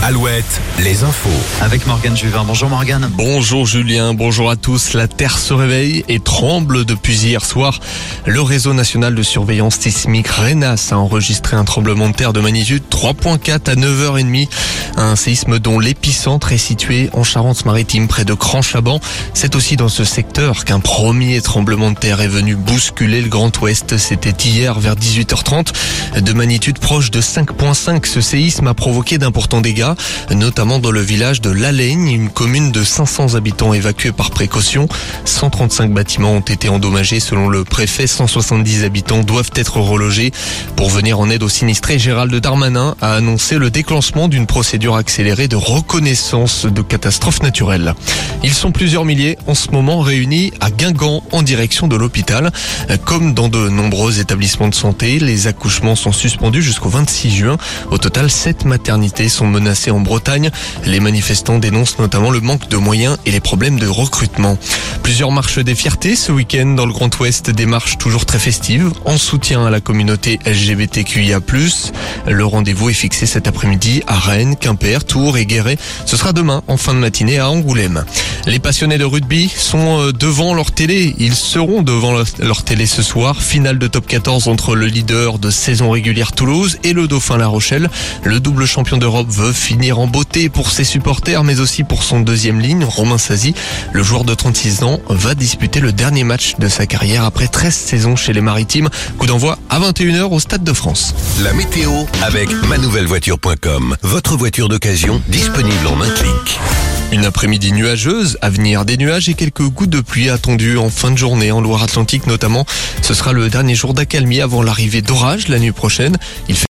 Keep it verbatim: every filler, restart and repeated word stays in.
Alouette, les infos. Avec Morgane Juvin. Bonjour Morgane. Bonjour Julien, bonjour à tous. La Terre se réveille et tremble depuis hier soir. Le réseau national de surveillance sismique RENAS a enregistré un tremblement de terre de magnitude trois virgule quatre à neuf heures trente. Un séisme dont l'épicentre est situé en Charente-Maritime, près de Cran-Chaban. C'est aussi dans ce secteur qu'un premier tremblement de terre est venu bousculer le Grand Ouest. C'était hier vers dix-huit heures trente. De magnitude proche de cinq virgule cinq, ce séisme a provoqué d'importants dégâts, notamment dans le village de L'Alaigne, une commune de cinq cents habitants évacués par précaution. cent trente-cinq bâtiments ont été endommagés selon le préfet. cent soixante-dix habitants doivent être relogés. Pour venir en aide aux sinistrés, Gérald Darmanin a annoncé le déclenchement d'une procédure accélérée de reconnaissance de catastrophes naturelles. Ils sont plusieurs milliers en ce moment réunis à Guingamp en direction de l'hôpital. Comme dans de nombreux établissements de santé, les accouchements sont suspendus jusqu'au vingt-six juin. Au total, sept maternités sont menacées en Bretagne. Les manifestants dénoncent notamment le manque de moyens et les problèmes de recrutement. Plusieurs marches des fiertés ce week-end dans le Grand Ouest, des marches toujours très festives en soutien à la communauté L G B T Q I A plus. Le rendez-vous est fixé cet après-midi à Rennes, Quimper, Tours et Guéret. Ce sera demain en fin de matinée à Angoulême. Les passionnés de rugby sont devant leur télé. Ils seront devant leur télé ce soir. Finale de top quatorze entre le leader de saison régulière Toulouse et le dauphin La Rochelle. Le double champion d'Europe veut finir en beauté pour ses supporters, mais aussi pour son deuxième ligne, Romain Sazi. Le joueur de trente-six ans va disputer le dernier match de sa carrière après treize saisons chez les Maritimes. Coup d'envoi à vingt et une heures au Stade de France. La météo avec manouvel voiture point com. Votre voiture d'occasion disponible en un clic. Une après-midi nuageuse, à venir des nuages et quelques gouttes de pluie attendues en fin de journée en Loire-Atlantique notamment. Ce sera le dernier jour d'accalmie avant l'arrivée d'orages la nuit prochaine. Il fait